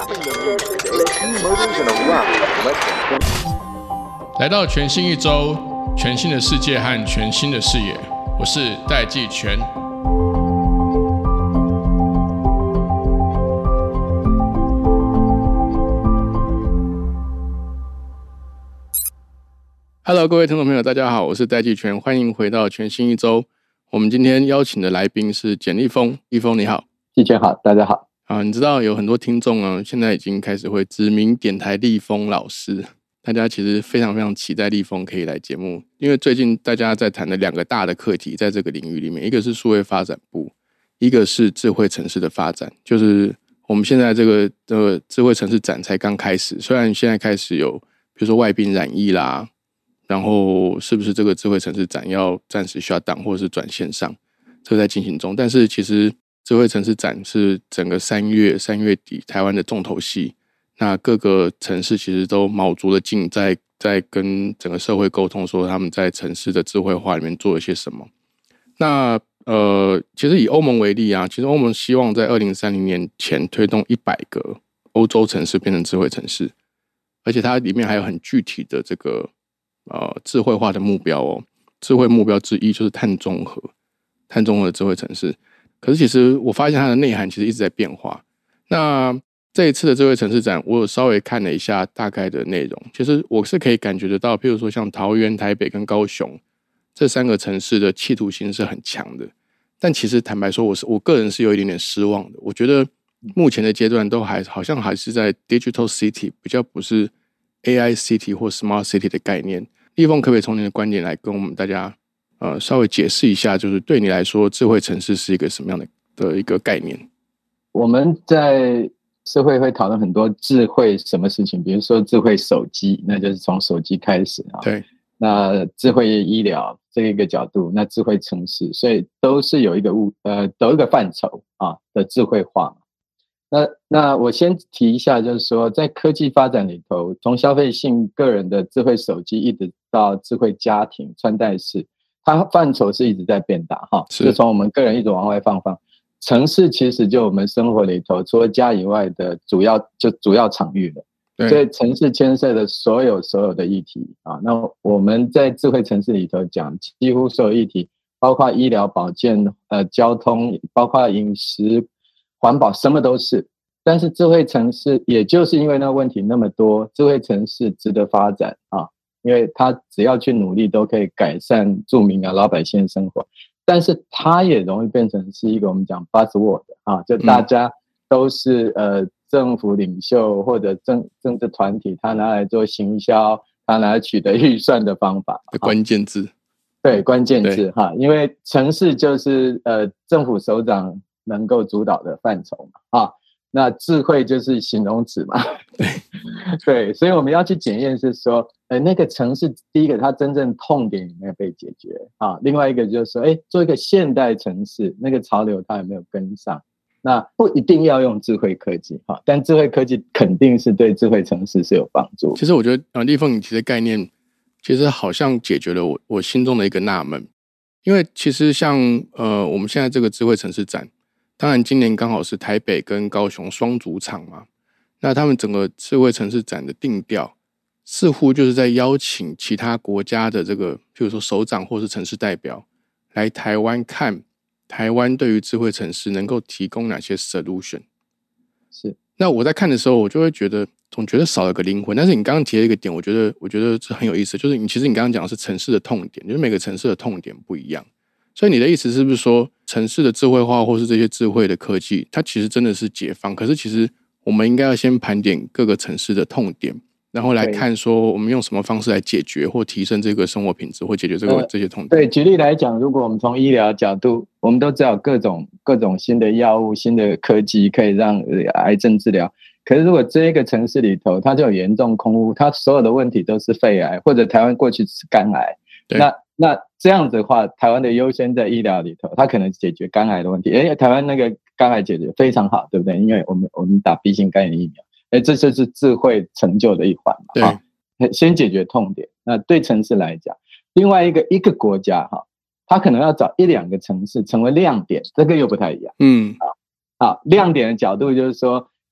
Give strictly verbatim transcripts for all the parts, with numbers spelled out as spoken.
来到全新一周，全新的世界和全新的视野，我是戴季全。Hello， 各位听众朋友，大家好，我是戴季全，欢迎回到全新一周。我们今天邀请的来宾是简立峰，立峰你好。 季全好，大家好。 啊，你知道有很多听众啊，现在已经开始会指名点台立峰老师，大家其实非常非常期待立峰可以来节目，因为最近大家在谈的两个大的课题，在这个领域里面，一个是数位发展部，一个是智慧城市的发展。就是我们现在这个这个智慧城市展才刚开始，虽然现在开始有比如说外宾染疫啦，然后是不是这个智慧城市展要暂时 shut down 或者是转线上，这个在进行中。但是其实智慧城市展是整个三月三月底台湾的重头戏，那各个城市其实都卯足了劲在在跟整个社会沟通，说他们在城市的智慧化里面做了些什么。那呃，其实以欧盟为例啊，其实欧盟希望在二零三零年前推动一百个欧洲城市变成智慧城市，而且它里面还有很具体的这个呃智慧化的目标哦。智慧目标之一就是碳中和，碳中和的智慧城市。可是其实我发现它的内涵其实一直在变化。那这一次的智慧城市展，我有稍微看了一下大概的内容，其实我是可以感觉得到，譬如说像桃园、台北跟高雄这三个城市的企图心是很强的。但其实坦白说，我是我个人是有一点点失望的。我觉得目前的阶段都还好像还是在 Digital City， 比较不是 A I City 或 Smart City 的概念。立峰可不可以从您的观点来跟我们大家呃稍微解释一下，就是对你来说智慧城市是一个什么样的的一个概念？ 我们在社会会讨论很多智慧什么事情，比如说智慧手机，那就是从手机开始啊。 对。 那智慧医疗这一个角度，那智慧城市，所以都是有一个物呃都一个范畴啊的智慧化。那那我先提一下，就是说在科技发展里头，从消费性个人的智慧手机一直到智慧家庭穿戴式，它范畴是一直在变大哈，就从我们个人一直往外放放。城市其实就我们生活里头除了家以外的主要就主要场域了，所以城市牵涉的所有所有的议题啊，那我们在智慧城市里头讲，几乎所有议题，包括医疗保健、呃交通，包括饮食、环保，什么都是。但是智慧城市也就是因为那个问题那么多，智慧城市值得发展啊，因为它只要去努力都可以改善住民啊老百姓的生活。但是它也容易变成是一个我们讲 buzzword 啊，就大家都是、嗯、呃政府领袖或者政政治团体，他拿来做行销，他拿来取得预算的方法。 关键字， 对，关键字哈，因为城市就是呃政府首长能够主导的范畴嘛啊，那智慧就是形容词嘛，对对，所以我们要去检验是说，呃那个城市第一个它真正痛点有没有被解决啊，另外一个就是说，哎做一个现代城市，那个潮流它有没有跟上？那不一定要用智慧科技，但智慧科技肯定是对智慧城市是有帮助。 其实我觉得呃，立峰你提的概念其实好像解决了我我心中的一个纳闷，因为其实像呃我们现在这个智慧城市展，当然今年刚好是台北跟高雄双主场嘛，那他们整个智慧城市展的定调似乎就是在邀请其他国家的这个譬如说首长或是城市代表来台湾看台湾对于智慧城市能够提供哪些 solution。 是， 那我在看的时候我就会觉得总觉得少了个灵魂。但是你刚刚提了一个点，我觉得我觉得是很有意思，就是你其实你刚刚讲的是城市的痛点，就是每个城市的痛点不一样。所以你的意思是不是说城市的智慧化或是这些智慧的科技它其实真的是解放，可是其实我们应该要先盘点各个城市的痛点，然后来看说我们用什么方式来解决或提升这个生活品质或解决这个、呃、这些痛点。 对，举例来讲，如果我们从医疗角度，我们都知道各种各种新的药物新的科技可以让癌症治疗，可是如果这一个城市里头它就有严重空污，它所有的问题都是肺癌，或者台湾过去是肝癌，那那这样子的话，台湾的优先在医疗里头，它可能解决肝癌的问题。哎，台湾那个肝癌解决非常好，对不对？因为我们我们打 B 型肝炎疫苗，哎，这就是智慧成就的一环嘛。 对、 啊，先解决痛点。那对城市来讲，另外一个一个国家哈，它可能要找一两个城市成为亮点，这个又不太一样。 嗯， 好，亮点的角度就是说，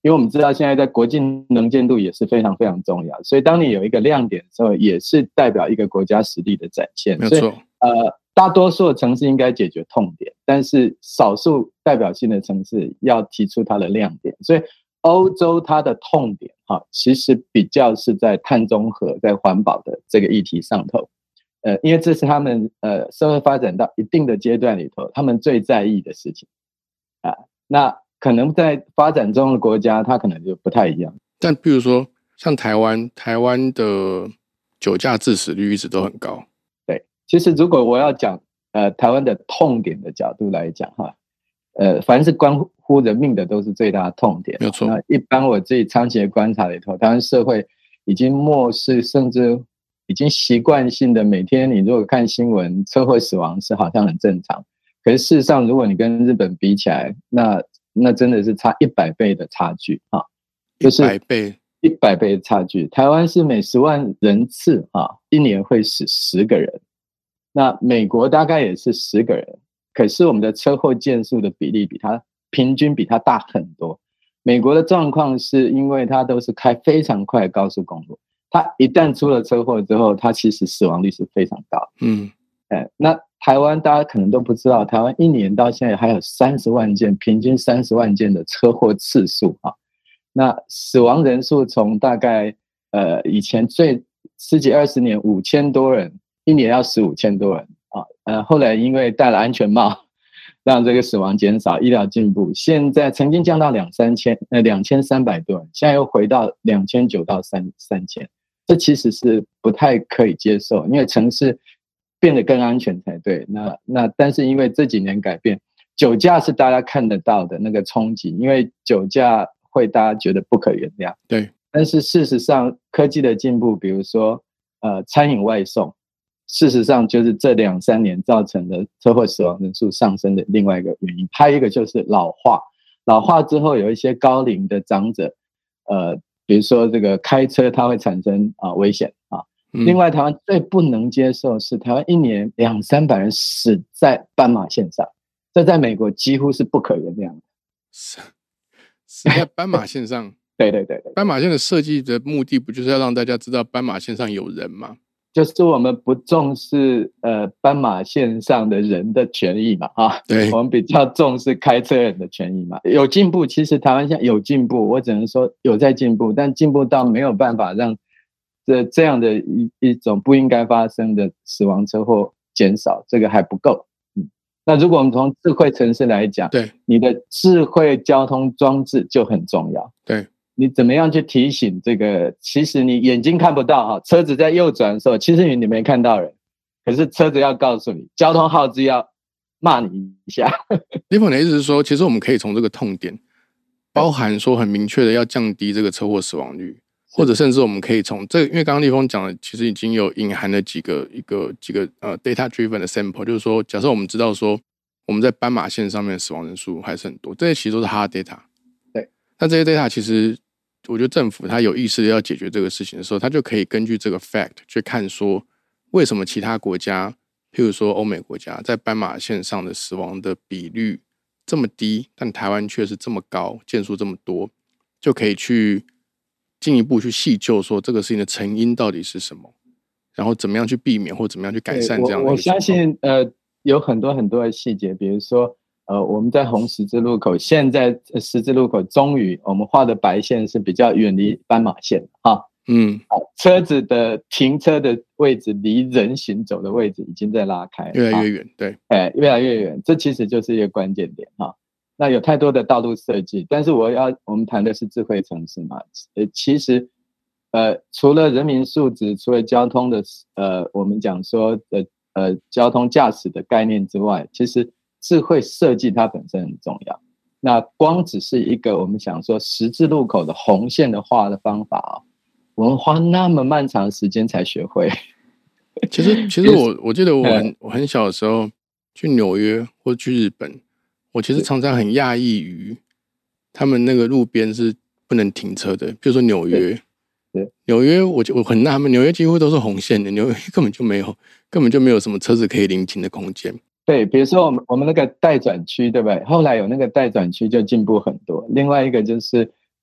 因为我们知道现在在国际能见度也是非常非常重要，所以当你有一个亮点的时候，也是代表一个国家实力的展现。 没有错。 呃，大多数的城市应该解决痛点，但是少数代表性的城市要提出它的亮点。所以欧洲它的痛点哈、啊，其实比较是在碳中和、在环保的这个议题上头。呃，因为这是他们呃社会发展到一定的阶段里头，他们最在意的事情啊。那可能在发展中的国家，它可能就不太一样。 但比如说像台湾，台湾的酒驾致死率一直都很高。 对，其实如果我要讲呃台湾的痛点的角度来讲哈，呃，凡是关乎人命的都是最大的痛点。 没有错。 那一般我自己长期的观察里头，台湾社会已经漠视，甚至已经习惯性的每天你如果看新闻，车祸死亡是好像很正常，可是事实上如果你跟日本比起来，那那真的是差一百倍的差距啊！就是一百倍， 一百倍的差距。台湾是每十万人次啊，一年会死十个人。那美国大概也是十个人，可是我们的车祸件数的比例比它平均比它大很多。美国的状况是因为它都是开非常快的高速公路，它一旦出了车祸之后，它其实死亡率是非常高。 嗯， 哎，那台湾大家可能都不知道，台湾一年到现在还有三十万件，平均三十万件的车祸次数啊。那死亡人数从大概呃以前最十几二十年五千多人，一年要死五千多人啊。呃，后来因为戴了安全帽，让这个死亡减少，医疗进步，现在曾经降到两三千呃两千三百多人，现在又回到两千九到三三千，这其实是不太可以接受，因为城市变得更安全才对。那那但是因为这几年改变，酒驾是大家看得到的那个冲击，因为酒驾会大家觉得不可原谅。 对， 但是事实上科技的进步，比如说呃餐饮外送，事实上就是这两三年造成的车祸死亡人数上升的另外一个原因。还有一个就是老化，老化之后有一些高龄的长者，呃，比如说这个开车它会产生啊、呃、危险啊。嗯、另外，台湾最不能接受是台湾一年两三百人死在斑马线上，这在美国几乎是不可原谅的。 死死在斑马线上？ 对对对对， 斑马线的设计的目的不就是要让大家知道斑马线上有人吗？ 就是我们不重视呃斑马线上的人的权益嘛，啊， 对， 我们比较重视开车人的权益嘛。有进步，其实台湾现在有进步，我只能说有在进步，但进步到没有办法让这这样的一一种不应该发生的死亡车祸减少，这个还不够。嗯，那如果我们从智慧城市来讲， 对， 你的智慧交通装置就很重要。 对。 你怎么样去提醒这个？其实你眼睛看不到哈，车子在右转的时候，其实你没看到人，可是车子要告诉你，交通号志要骂你一下。 立峰的意思是说，其实我们可以从这个痛点，包含说很明确的要降低这个车祸死亡率，或者甚至我们可以从这个，因为刚刚立峰讲的，其实已经有隐含了几个一个几个呃 data driven 的 sample， 就是说，假设我们知道说我们在斑马线上面的死亡人数还是很多，这些其实都是 hard data。 对， 那这些 data 其实。我觉得政府他有意识的要解决这个事情的时候，他就可以根据这个 fact 去看说，为什么其他国家，譬如说欧美国家，在斑马线上的死亡的比率这么低，但台湾却是这么高，件数这么多，就可以去进一步去细究说这个事情的成因到底是什么，然后怎么样去避免或怎么样去改善这样的一个情况。我, 我相信呃有很多很多的细节，比如说。呃，我们在红十字路口，现在十字路口终于我们画的白线是比较远离斑马线哈， 嗯， 车子的停车的位置离人行走的位置已经在拉开， 越来越远，对， 哎，越来越远，这其实就是一个关键点哈。那有太多的道路设计，但是我要我们谈的是智慧城市嘛，呃，其实呃，除了人民素质，除了交通的呃，我们讲说的呃交通驾驶的概念之外，其实。智慧设计它本身很重要，那光只是一个我们想说十字路口的红线的画的方法、哦、我们花那么漫长的时间才学会。 其实其实我我记得我很我很小的时候去纽约或去日本，我其实常常很讶异于他们那个路边是不能停车的，比如说纽约，纽约我我很纳闷，纽约几乎都是红线的，纽约根本就没有根本就没有什么车子可以临停的空间。 对，比如说我们我们那个待转区，对不对？后来有那个待转区就进步很多。另外一个就是，比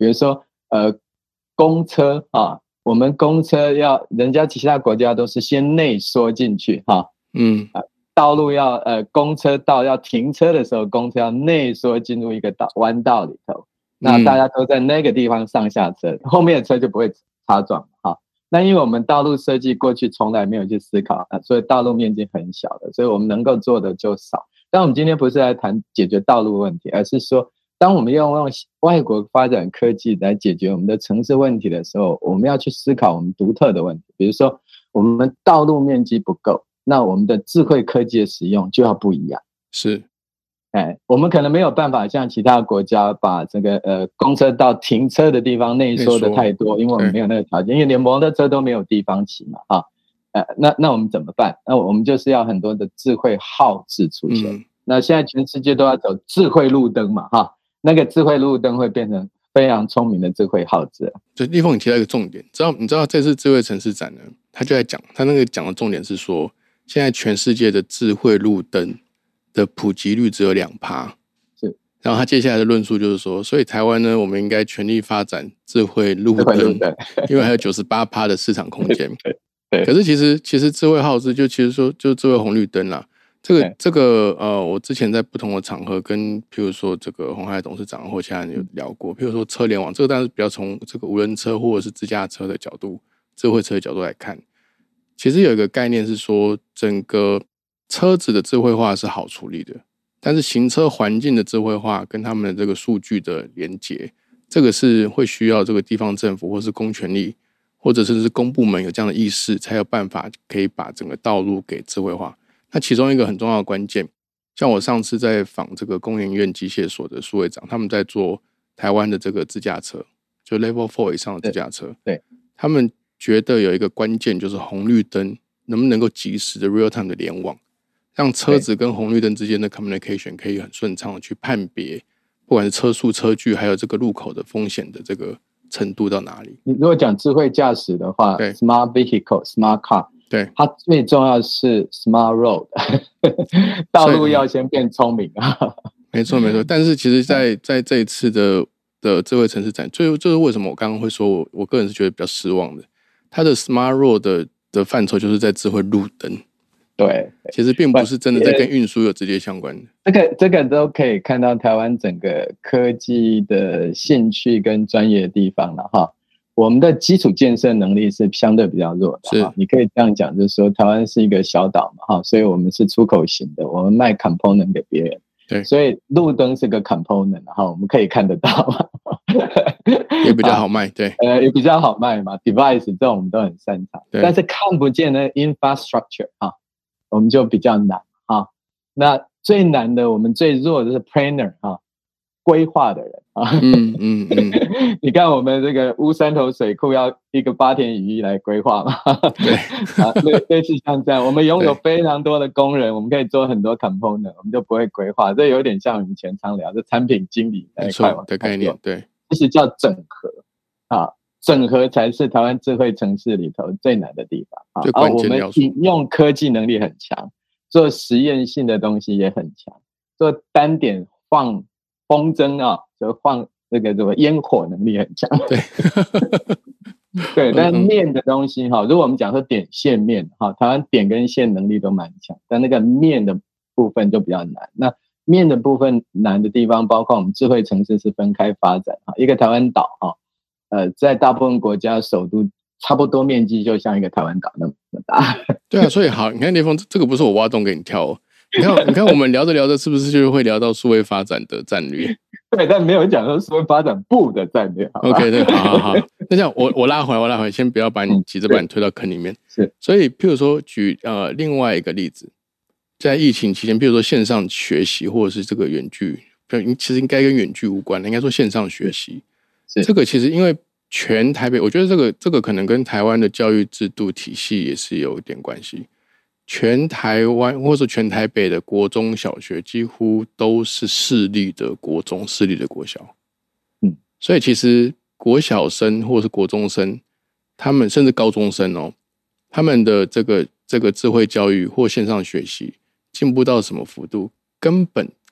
比如说呃公车啊，我们公车要人家其他国家都是先内缩进去哈、啊， 嗯， 道路要呃公车道要停车的时候，公车要内缩进入一个道弯道里头，那大家都在那个地方上下车，后面的车就不会擦撞哈。那因为我们道路设计过去从来没有去思考，所以道路面积很小的，所以我们能够做的就少。但我们今天不是来谈解决道路问题，而是说当我们要用外国发展科技来解决我们的城市问题的时候，我们要去思考我们独特的问题。比如说我们道路面积不够，那我们的智慧科技的使用就要不一样。 是， 哎，我们可能没有办法像其他国家把这个呃公车道停车的地方内缩的太多，因为我们没有那个条件，因为连摩托车都没有地方骑嘛，啊，呃，那那我们怎么办？那我们就是要很多的智慧号志出现。嗯、那现在全世界都要走智慧路灯嘛，哈，那个智慧路灯会变成非常聪明的智慧号志。 就立峰，你提到一个重点，知道你知道这次智慧城市展呢，他就在讲，他那个讲的重点是说，现在全世界的智慧路灯的普及率只有两趴。然后他接下来的论述就是说，所以台湾呢，我们应该全力发展智慧路灯，因为还有 百分之九十八 的市场空间。可是其实其实智慧号志就其实说就是智慧红绿灯啦。这个这个呃，我之前在不同的场合跟譬如说这个鸿海董事长或其他人有聊过，譬如说车联网，这个当然是比较从这个无人车或者是自驾车的角度、智慧车的角度来看。其实有一个概念是说，整个车子的智慧化是好处理的。但是行车环境的智慧化跟他们的这个数据的连结，这个是会需要这个地方政府或是公权力，或者是公部门有这样的意识，才有办法可以把整个道路给智慧化。那其中一个很重要的关键，像我上次在访这个工研院机械所的数位长，他们在做台湾的这个自驾车，就 Level 四 以上的自驾车， 对，对他们觉得有一个关键就是红绿灯能不能够及时的 real time 的联网。让车子跟红绿灯之间的 communication 可以很顺畅的去判别，不管是车速、车距，还有这个路口的风险的这个程度到哪里。 你如果讲智慧驾驶的话 ，smart vehicle、smart car， 对， 它最重要是 smart road， 道路要先变聪明啊。 没错，没错。但是其实在，在在这一次的的智慧城市展，最就是为什么我刚刚会说我我个人是觉得比较失望的，它的 smart road 的的范畴就是在智慧路灯。 对， 其实并不是真的在跟运输有直接相关的。 这个这个都可以看到台湾整个科技的兴趣跟专业的地方了哈。我们的基础建设能力是相对比较弱的哈，你可以这样讲，就是说台湾是一个小岛嘛哈，所以我们是出口型的，我们卖 component 给别人， 对， 所以路灯是个 component 哈，我们可以看得到嘛， 也比较好卖，对， 呃，也比较好卖嘛 ，device 这种我们都很擅长，但是看不见的 infrastructure 哈。我们就比较难啊，那最难的，我们最弱的是 planner 啊，规划的人啊。嗯嗯嗯。你看我们这个乌山头水库要一个八田雨衣来规划嘛？ 对。 啊，类类似像这样，我们拥有非常多的工人，我们可以做很多 component， 我们就不会规划。这有点像我们以前常聊的产品经理那一块的概念，对， 其实叫整合啊。整合才是台湾智慧城市里头最难的地方啊！而我们引用科技能力很强，做实验性的东西也很强，做单点放风筝啊，就放那个什么烟火能力很强。 对， 对，但面的东西哈，如果我们讲说点线面哈，台湾点跟线能力都蛮强，但那个面的部分就比较难。那面的部分难的地方，包括我们智慧城市是分开发展哈，一个台湾岛哈。呃，在大部分国家首都差不多面积就像一个台湾岛那么大。 对啊，所以好，你看立峰，这个不是我挖洞给你跳哦。你看，你看我们聊着聊着，是不是就会聊到数位发展的战略？ 对，但没有讲说数位发展部的战略。 OK， 对，好好好。那这样我我拉回来，我拉回来，先不要把你急着把你推到坑里面。 是。 所以，譬如说举呃另外一个例子，在疫情期间，譬如说线上学习或者是这个远距，其实应该跟远距无关的，应该说线上学习。这个其实因为全台北，我觉得这个这个可能跟台湾的教育制度体系也是有一点关系。全台湾或者全台北的国中小学几乎都是市立的国中、市立的国小，嗯，所以其实国小生或是国中生，他们甚至高中生哦，他们的这个这个智慧教育或线上学习进步到什么幅度，根本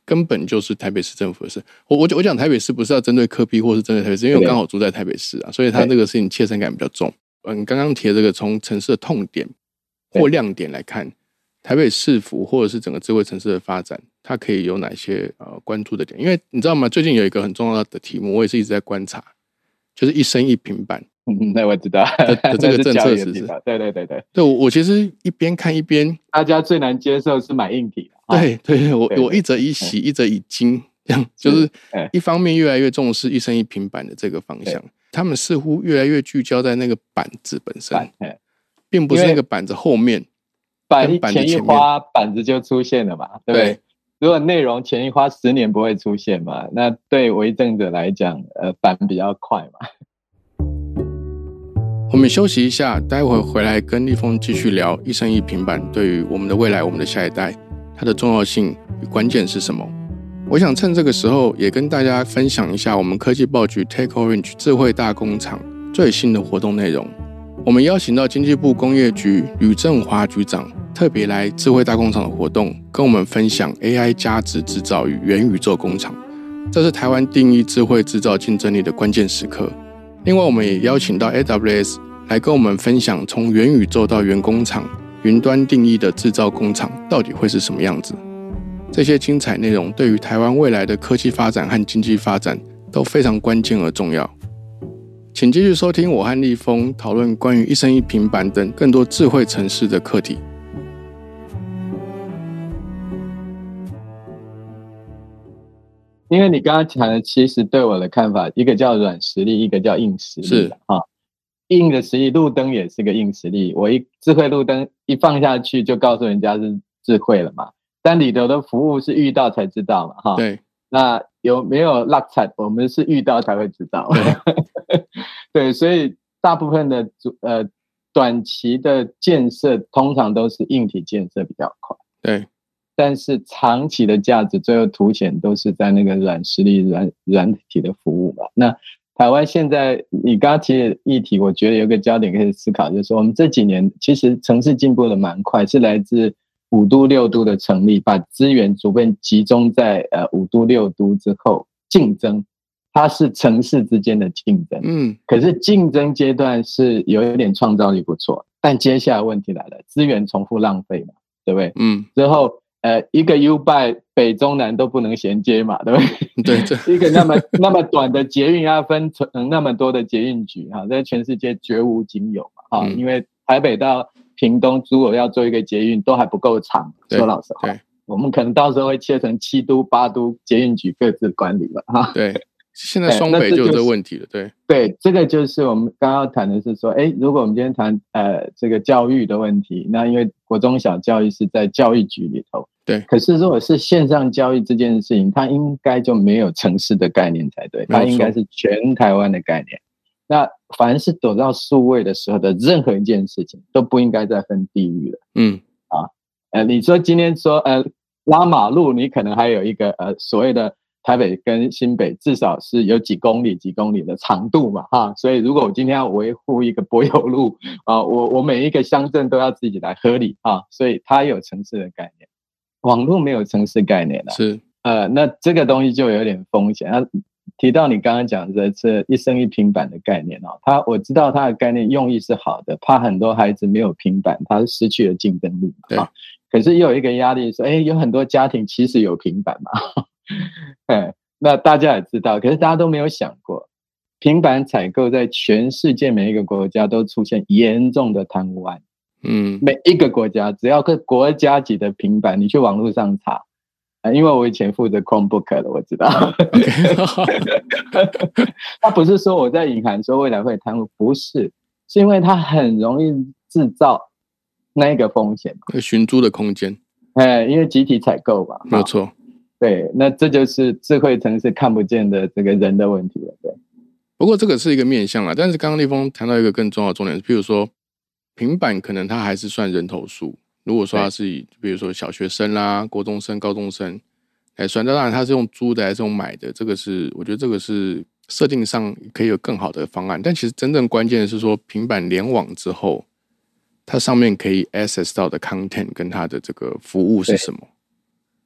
根本就是台北市政府的事。我我我讲台北市不是要针对柯 P 或是针对台北市，因为我刚好住在台北市啊，所以他这个事情切身感比较重。嗯，刚刚提的这个从城市的痛点或亮点来看，台北市府或者是整个智慧城市的发展，它可以有哪些呃关注的点？因为你知道吗？最近有一个很重要的题目，我也是一直在观察，就是一生一平板。 嗯，那我知道的的这个政策实施， 对对对对对，我我其实一边看一边， 大家最难接受是买硬体的， 对对，我我一则以喜，一则以惊，这样就是一方面越来越重视一生一平板的这个方向，他们似乎越来越聚焦在那个板子本身，并不是那个板子后面， 板钱一花，板子就出现了嘛，对不对？对，如果内容钱一花十年不会出现嘛，那对为政者来讲，呃，板比较快嘛。 我们休息一下，待会回来跟立峰继续聊一生一平板对于我们的未来，我们的下一代，它的重要性与关键是什么。我想趁这个时候也跟大家分享一下我们科技报局 TechOrange 智慧大工厂最新的活动内容。我们邀请到经济部工业局吕正华局长特别来智慧大工厂的活动，跟我们分享 A I 加值制造与元宇宙工厂，这是台湾定义智慧制造竞争力的关键时刻。另外我们也邀请到 A W S 来跟我们分享从元宇宙到元工厂云端定义的制造工厂到底会是什么样子。这些精彩内容对于台湾未来的科技发展和经济发展都非常关键而重要。请继续收听我和立峰讨论关于一生一平板等更多智慧城市的课题。 因为你刚刚讲的，其实对我的看法，一个叫软实力，一个叫硬实力。 是啊，硬的实力，路灯也是个硬实力。我一智慧路灯一放下去，就告诉人家是智慧了嘛。但里头的服务是遇到才知道嘛，哈。 对。 那有没有落差？我们是遇到才会知道。对。对，所以大部分的呃短期的建设，通常都是硬体建设比较快。 对。 但是长期的价值最后凸显都是在那个软实力、软软体的服务嘛。那台湾现在你刚刚提的议题，我觉得有个焦点可以思考，就是说我们这几年其实城市进步的蛮快，是来自五都六都的成立，把资源逐渐集中在呃五都六都之后竞争，它是城市之间的竞争。嗯，可是竞争阶段是有一点创造力不错，但接下来问题来了，资源重复浪费嘛，对不对？嗯，之后。呃，一个 U-Bike 北中南都不能衔接嘛，对不对？对，一个那么那么短的捷运要分成那么多的捷运局哈，在全世界绝无仅有嘛哈、嗯，因为台北到屏东如果要做一个捷运都还不够长，说老实话，我们可能到时候会切成七都八都捷运局各自管理了哈。 对。现在双北就有这个问题了，对对，这个就是我们刚刚谈的是说，哎，如果我们今天谈呃这个教育的问题，那因为国中小教育是在教育局里头， 对， 可是如果是线上教育这件事情，它应该就没有城市的概念才对，它应该是全台湾的概念。那凡是走到数位的时候的任何一件事情，都不应该再分地域了。嗯，啊，呃，你说今天说呃拉马路，你可能还有一个呃所谓的。台北跟新北至少是有几公里几公里的长度嘛，哈，所以如果我今天要维护一个柏油路啊，我我每一个乡镇都要自己来合理啊，所以它有城市的概念，网络没有城市概念了， 是呃，那这个东西就有点风险。那提到你刚刚讲的这一生一平板的概念哦，它我知道它的概念用意是好的，怕很多孩子没有平板，他失去了竞争力嘛，啊，可是又有一个压力说，哎，有很多家庭其实有平板嘛。嗯，那大家也知道，可是大家都没有想过，平板采购在全世界每一个国家都出现严重的贪污案。嗯，每一个国家只要是国家级的平板，你去网络上查，呃、因为我以前负责 Chromebook 的，我知道。他不是说我在隐含说未来会贪污，不是，是因为它很容易制造那个风险嘛， 寻租的空间。 哎，因为集体采购嘛， 没有错。 对，那这就是智慧城市看不见的这个人的问题了。对， 不过这个是一个面向啦，但是刚刚立峰谈到一个更重要的重点，譬如说平板可能它还是算人头数，如果说它是以比如说小学生啦、国中生、高中生来算，当然它是用租的还是用买的，这个是我觉得这个是设定上可以有更好的方案，但其实真正关键的是说平板联网之后，它上面可以 access 到的 content 跟它的这个服务是什么。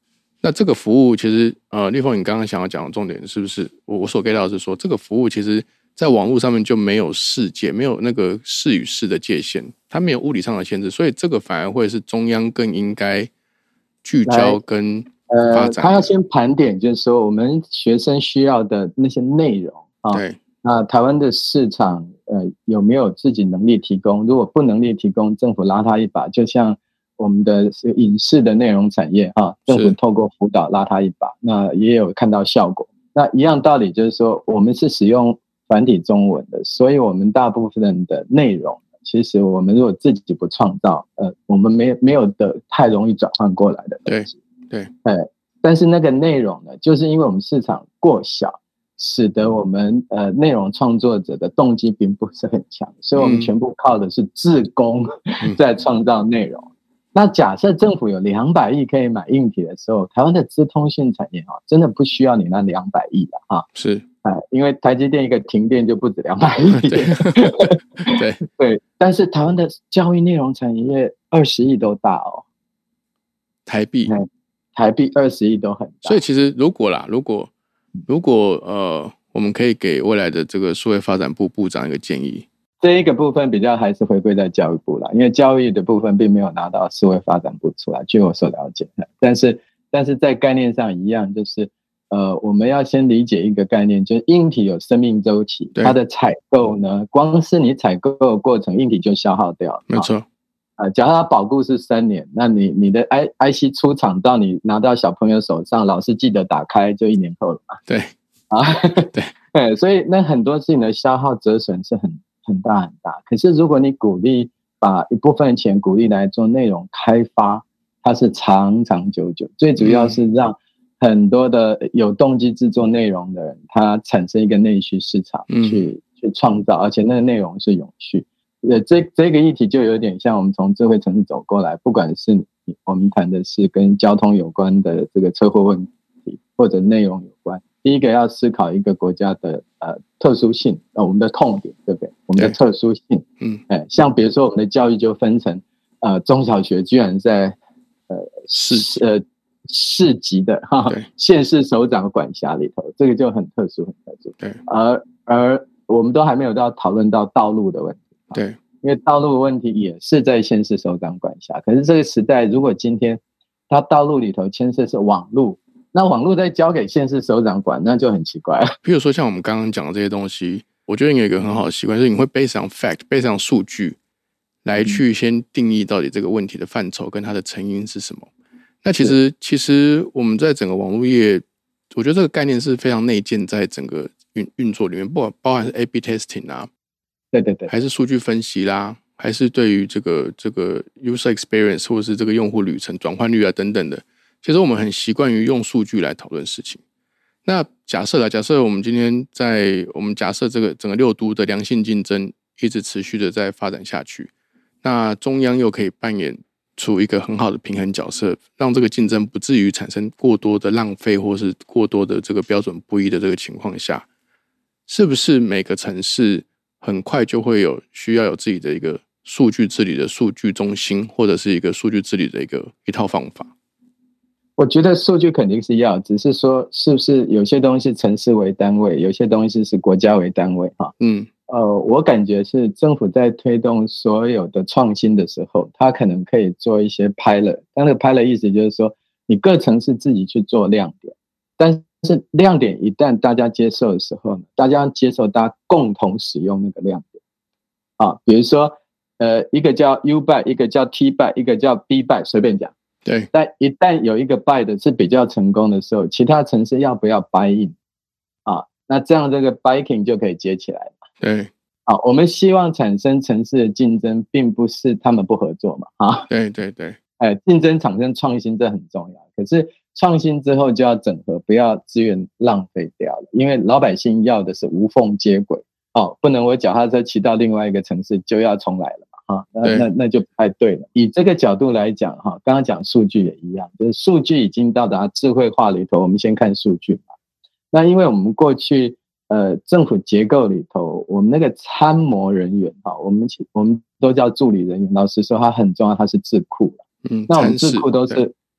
那这个服务其实呃，立峰你刚刚想要讲的重点是不是我我所 get 到的是说，这个服务其实在网络上面就没有世界，没有那个是与是的界限，它没有物理上的限制，所以这个反而会是中央更应该聚焦跟发展。 呃，他要先盘点，就是说我们学生需要的那些内容啊。 对。 那台湾的市场呃有没有自己能力提供？如果不能力提供，政府拉他一把，就像我们的影视的内容产业啊，政府透过辅导拉他一把，那也有看到效果。那一样道理就是说，我们是使用繁体中文的，所以我们大部分的内容，其实我们如果自己不创造，呃，我们没没有的太容易转换过来的东西。 对， 对，呃，但是那个内容呢，就是因为我们市场过小，使得我们呃内容创作者的动机并不是很强，所以我们全部靠的是志工在创造内容。嗯那假设政府有两百亿可以买硬体的时候，台湾的资通讯产业啊，真的不需要你那两百亿的啊。 是， 呃，因为台积电一个停电就不止两百亿。 对对对，但是台湾的教育内容产业二十亿都大哦， 台币， 嗯、台币二十亿都很大。 所以其实如果啦，如果如果呃，我们可以给未来的这个数位发展部部长一个建议。 这一个部分比较还是回归在教育部啦，因为教育的部分并没有拿到数位发展部出来，据我所了解。但是，但是在概念上一样，就是呃，我们要先理解一个概念，就是硬体有生命周期，它的采购呢，光是你采购的过程，硬体就消耗掉了。 没错。 呃，假如它保固是三年，那你你的 I IC 出厂到你拿到小朋友手上，老师记得打开，就一年后了嘛。 对。 啊，对对，所以那很多事情的消耗折损是很。很大很大，可是如果你鼓励把一部分钱鼓励来做内容开发，它是长长久久，最主要是让很多的有动机制作内容的人，他产生一个内需市场去、嗯、去创造，而且那个内容是永续。呃，这这个议题就有点像我们从智慧城市走过来，不管是我们谈的是跟交通有关的这个车祸问题，或者内容有关。第一个要思考一个国家的呃特殊性，呃我们的痛点，对不对？我们的特殊性，嗯，哎，像比如说我们的教育就分成呃中小学居然在呃市呃市级的哈县市首长管辖里头，这个就很特殊很特殊。 对， 而而我们都还没有到讨论到道路的问题， 对， 因为道路的问题也是在县市首长管辖。可是这个时代，如果今天它道路里头牵涉是网路。那网络再交给县市首长管，那就很奇怪了。 比如说像我们刚刚讲的这些东西，我觉得你有一个很好的习惯，就是你会 based on fact、based on 数据来去先定义到底这个问题的范畴跟它的成因是什么。那其实其实我们在整个网络业，我觉得这个概念是非常内建在整个运运作里面，不管包含是 A B testing 啊， 对对对， 还是数据分析啦，还是对于这个这个 user experience 或者是这个用户旅程转换率啊等等的。其实我们很习惯于用数据来讨论事情。那假设啦，假设我们今天在我们假设这个整个六都的良性竞争一直持续的在发展下去，那中央又可以扮演出一个很好的平衡角色，让这个竞争不至于产生过多的浪费或是过多的这个标准不一的这个情况下，是不是每个城市很快就会有需要有自己的一个数据治理的数据中心，或者是一个数据治理的一个一套方法？ 我觉得数据肯定是要，只是说是不是有些东西是城市为单位，有些东西是国家为单位哈。嗯，呃，我感觉是政府在推动所有的创新的时候，它可能可以做一些 pilot， 但那个 pilot 意思就是说，你各城市自己去做亮点，但是亮点一旦大家接受的时候呢，大家接受，大家共同使用那个亮点啊，比如说呃，一个叫 U buy， 一个叫 T buy， 一个叫 B buy， 随便讲。 对， 但一旦有一个 buy 的是比较成功的时候，其他城市要不要 buy in 啊？那这样这个 biking 就可以接起来了。 对， 好，我们希望产生城市的竞争，并不是他们不合作嘛，啊， 对对对， 哎，竞争产生创新这很重要，可是创新之后就要整合，不要资源浪费掉了，因为老百姓要的是无缝接轨，哦，不能我脚踏车骑到另外一个城市就要重来了。啊，那那那就不太对了。以这个角度来讲，哈，刚刚讲数据也一样，就是数据已经到达智慧化里头，我们先看数据嘛。那因为我们过去呃政府结构里头，我们那个参谋人员哈，我们我们都叫助理人员，老实说，他很重要，他是智库。嗯，那我们智库都是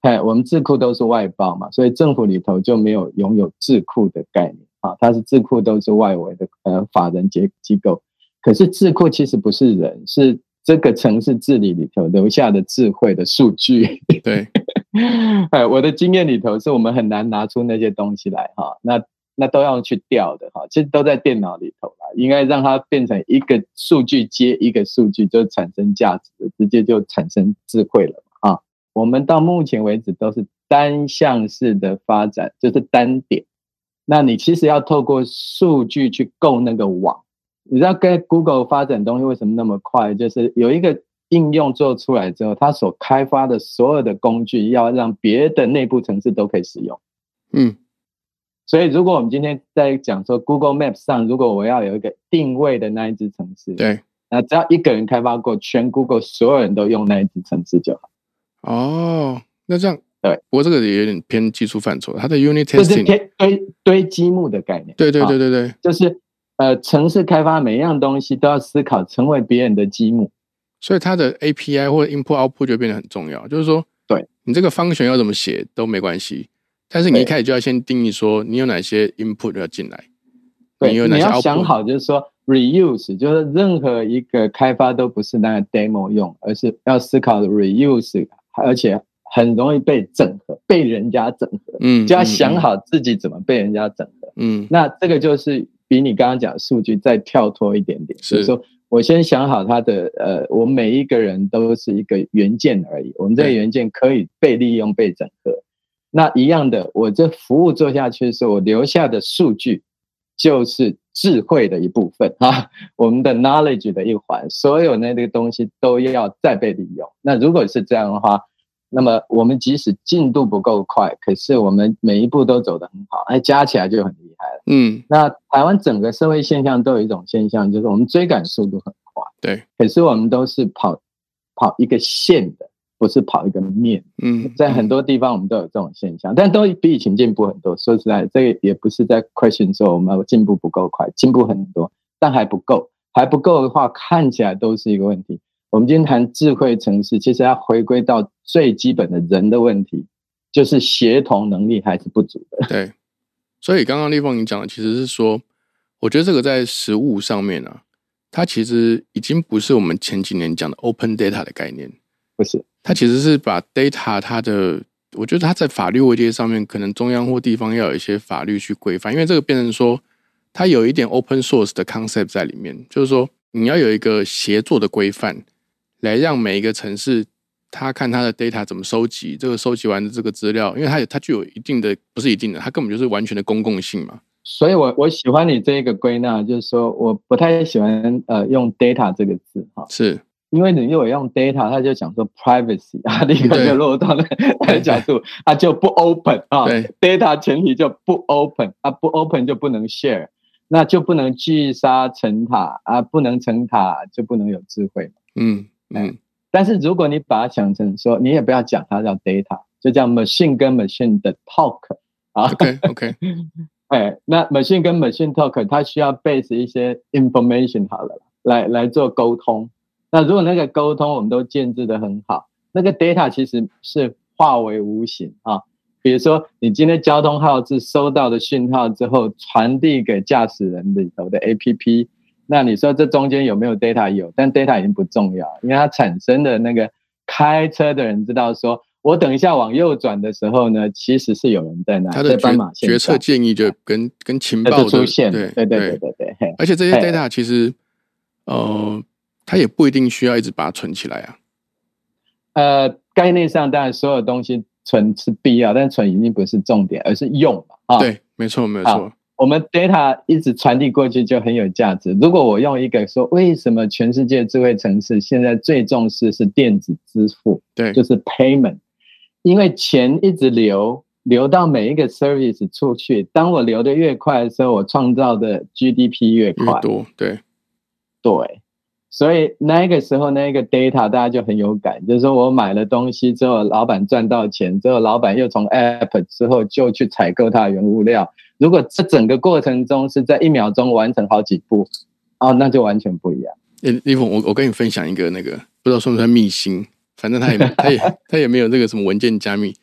嘿，我们智库都是外包嘛，所以政府里头就没有拥有智库的概念啊，它是智库都是外围的呃法人机机构。可是智库其实不是人，是这个城市治理里头留下的智慧的数据。 对， 哎，我的经验里头是我们很难拿出那些东西来哈，那那都要去调的哈，其实都在电脑里头啦，应该让它变成一个数据接一个数据就产生价值，直接就产生智慧了嘛啊。我们到目前为止都是单向式的发展，就是单点。那你其实要透过数据去构那个网。你知道跟 Google 发展东西为什么那么快？就是有一个应用做出来之后，它所开发的所有的工具要让别的内部程式都可以使用。 嗯， 所以如果我们今天在讲说 Google Maps 上，如果我要有一个定位的那一支程式， 对， 那只要一个人开发过，全 Google 所有人都用那一支程式就好。 哦，那这样对， 不过这个也有点偏技术范畴，它的 unit testing 这是堆堆积木的概念。 对对对对对， 啊、就是呃，程式开发每一样东西都要思考成为别人的积木， 所以它的 A P I 或者 input output 就变得很重要。就是说， 对你这个 function 要怎么写都没关系，但是你一开始就要先定义说你有哪些 input 要进来， 对， 你有哪些 output。 你要想好，就是说 reuse， 就是任何一个开发都不是那个 demo 用，而是要思考 reuse， 而且很容易被整合，被人家整合，嗯，就要想好自己怎么被人家整合，嗯，那这个就是比你刚刚讲的数据再跳脱一点点，就是说我先想好它的呃，我们每一个人都是一个元件而已，我们这个元件可以被利用、被整合。那一样的，我这服务做下去的时候，我留下的数据就是智慧的一部分啊，我们的 knowledge 的一环，所有那个东西都要再被利用。那如果是这样的话，那么我们即使进度不够快，可是我们每一步都走得很好，哎，加起来就很厉害了。嗯，那台湾整个社会现象都有一种现象，就是我们追赶速度很快， 对， 可是我们都是跑跑一个线的，不是跑一个面。嗯，在很多地方我们都有这种现象，但都比以前进步很多。说实在，这个也不是在 question 说我们进步不够快，进步很多，但还不够，还不够的话，看起来都是一个问题。我们今天谈智慧城市，其实要回归到最基本的人的问题，就是协同能力还是不足的。 对，所以刚刚立峰你讲的其实是说，我觉得这个在实务上面啊，它其实已经不是我们前几年讲的 open data 的概念， 不是， 它其实是把 data 它的，我觉得它在法律位阶上面，可能中央或地方要有一些法律去规范，因为这个变成说，它有一点 open source 的 concept 在里面，就是说你要有一个协作的规范。来让每一个城市，他看他的 data 怎么收集，这个收集完的这个资料，因为它它具有一定的，不是一定的，它根本就是完全的公共性嘛。 所以我我喜欢你这个归纳，就是说我不太喜欢呃用 data 这个字哈， 是因为你如果用 data， 他就讲说 privacy 啊，立刻就落到那个角度，它就不 open 啊 ，data 前提就不 open 啊，不 open 就不能 share， 那就不能聚沙成塔啊，不能成塔就不能有智慧。嗯。嗯，但是如果你把它想成说，你也不要讲它叫 data， 就叫 machine 跟 machine 的 talk 啊。 OK OK， 哎，那 machine 跟 machine talk， 它需要 base 一些 information 好了，来来做沟通。那如果那个沟通我们都建制得很好，那个 data 其实是化为无形啊。比如说，你今天交通号志收到的讯号之后，传递给驾驶人里头的 A P P。那你说这中间有没有 data？ 有，但 data 已经不重要，因为它产生的那个开车的人知道说，我等一下往右转的时候呢，其实是有人在那， 他的斑马线决策建议就跟跟情报的出现， 对对对对对对。 而且这些 data 其实，呃，它也不一定需要一直把它存起来啊。 呃，概念上当然所有东西存是必要，但存已经不是重点，而是用嘛。啊， 对，没错没错。 我们 data 一直传递过去就很有价值。如果我用一个说，为什么全世界智慧城市现在最重视是电子支付？ 对， 就是 payment， 因为钱一直流流到每一个 service 出去，当我流得越快的时候，我创造的 G D P 越快。 越多，对对。所以那个时候那个 data 大家就很有感，就是说我买了东西之后，老板赚到钱之后，老板又从 app 之后就去采购它的原物料。如果这整个过程中是在一秒钟完成好几步，哦，那就完全不一样。 欸，立峰，我我跟你分享一个那个不知道算不算秘辛，反正他也他也他也没有这个什么文件加密。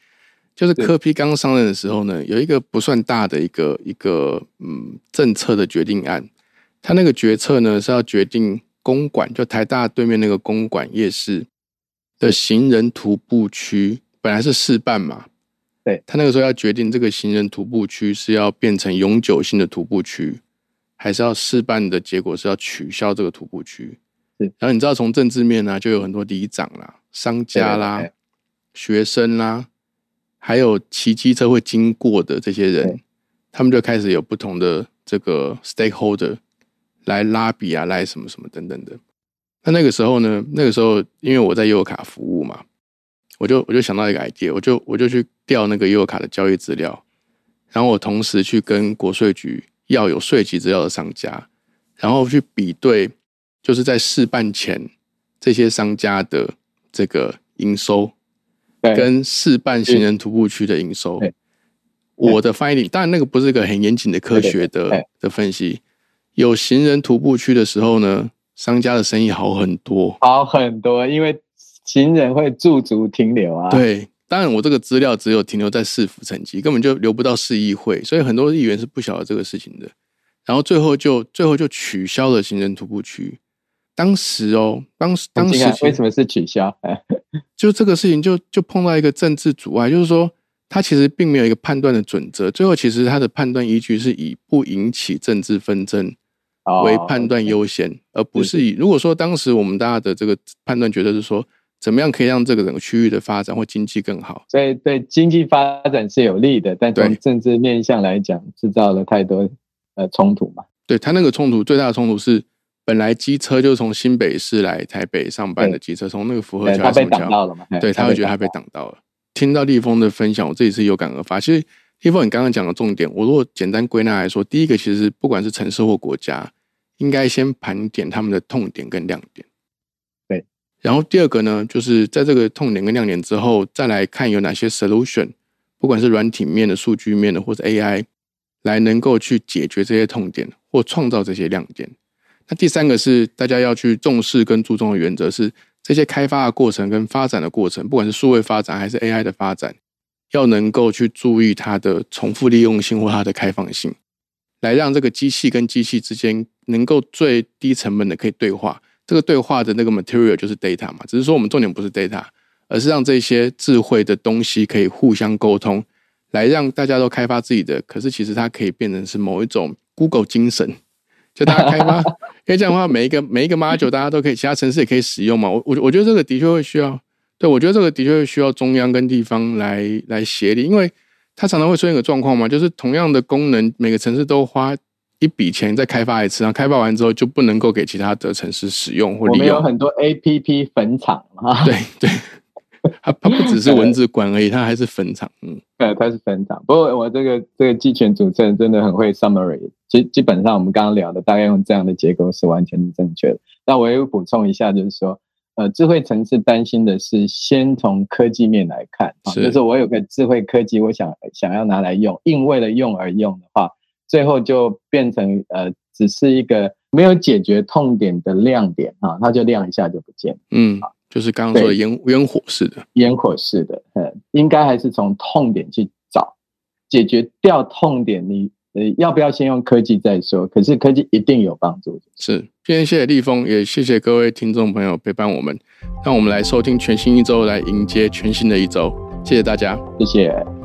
就是柯 P 刚上任的时候呢，有一个不算大的一个一个嗯政策的决定案，他那个决策呢是要决定公馆，就台大对面那个公馆夜市的行人徒步区，本来是试办嘛， 对， 他那个时候要决定这个行人徒步区是要变成永久性的徒步区，还是要试办的结果是要取消这个徒步区。然后你知道从政治面呢、啊，就有很多里长啦、商家啦、对对对学生啦，还有骑机车会经过的这些人，他们就开始有不同的这个 stakeholder 来拉比啊，来什么什么等等的。那那个时候呢，那个时候因为我在悠游卡服务嘛，我就我就想到一个 idea， 我就我就去调那个悠游卡的交易资料，然后我同时去跟国税局要有税籍资料的商家，然后去比对，就是在试办前这些商家的这个营收，跟试办行人徒步区的营收。我的 finding， 当然那个不是一个很严谨的科学的的分析。有行人徒步区的时候呢，商家的生意好很多， 好很多，因为行人会驻足停留啊。 对，当然我这个资料只有停留在市府层级，根本就留不到市议会，所以很多议员是不晓得这个事情的。然后最后就最后就取消了行人徒步区。当时哦，当时当时为什么是取消？ 就这个事情就就碰到一个政治阻碍，就是说他其实并没有一个判断的准则，最后其实他的判断依据是以不引起政治纷争为判断优先，哦 okay. 而不是以如果说当时我们大家的这个判断觉得是说怎么样可以让这个整个区域的发展或经济更好， 所以对经济发展是有利的，但从政治面向来讲制造了太多呃冲突嘛。 对，他那个冲突最大的冲突是本来机车就从新北市来台北上班的机车，从那个福和桥， 他被挡到了嘛？ 对，他会觉得他被挡到了。听到立峰的分享，我自己是有感而发。其实立峰你刚刚讲的重点，我如果简单归纳来说，第一个其实不管是城市或国家，应该先盘点他们的痛点跟亮点。 对， 然后第二个呢，就是在这个痛点跟亮点之后，再来看有哪些 solution， 不管是软体面的、数据面的，或者 A I， 来能够去解决这些痛点或创造这些亮点。那第三个是大家要去重视跟注重的原则是，这些开发的过程跟发展的过程，不管是数位发展还是 A I 的发展，要能够去注意它的重复利用性或它的开放性，来让这个机器跟机器之间能够最低成本的可以对话。这个对话的那个 material 就是 data 嘛，只是说我们重点不是 data， 而是让这些智慧的东西可以互相沟通，来让大家都开发自己的，可是其实它可以变成是某一种 Google 精神，就大家开发因为这样的话每一个每一个 module 大家都可以，其他城市也可以使用嘛。我我我觉得这个的确会需要，对，我觉得这个的确会需要中央跟地方来来协力，因为它常常会出现一个状况嘛，就是同样的功能，每个城市都花一笔钱再开发一次，然后开发完之后就不能够给其他的城市使用或利用。 我们有很多 A P P 坟场啊， 对对，它它不只是文字馆而已，它还是坟场。嗯， 对，它是坟场。不过我这个这个技权主持人真的很会 summary， 基基本上我们刚刚聊的大概用这样的结构是完全正确的。那我也补充一下，就是说，呃，智慧城市担心的是先从科技面来看，啊、就是我有个智慧科技，我想想要拿来用，硬为了用而用的话，最后就变成呃，只是一个没有解决痛点的亮点啊，它就亮一下就不见了。嗯。 就是刚刚说的烟烟火式的， 烟火式的，呃，应该还是从痛点去找，解决掉痛点。你呃要不要先用科技再说？可是科技一定有帮助的。 是，今天谢谢立峰，也谢谢各位听众朋友陪伴我们，让我们来收听全新一周，来迎接全新的一周。谢谢大家， 谢谢。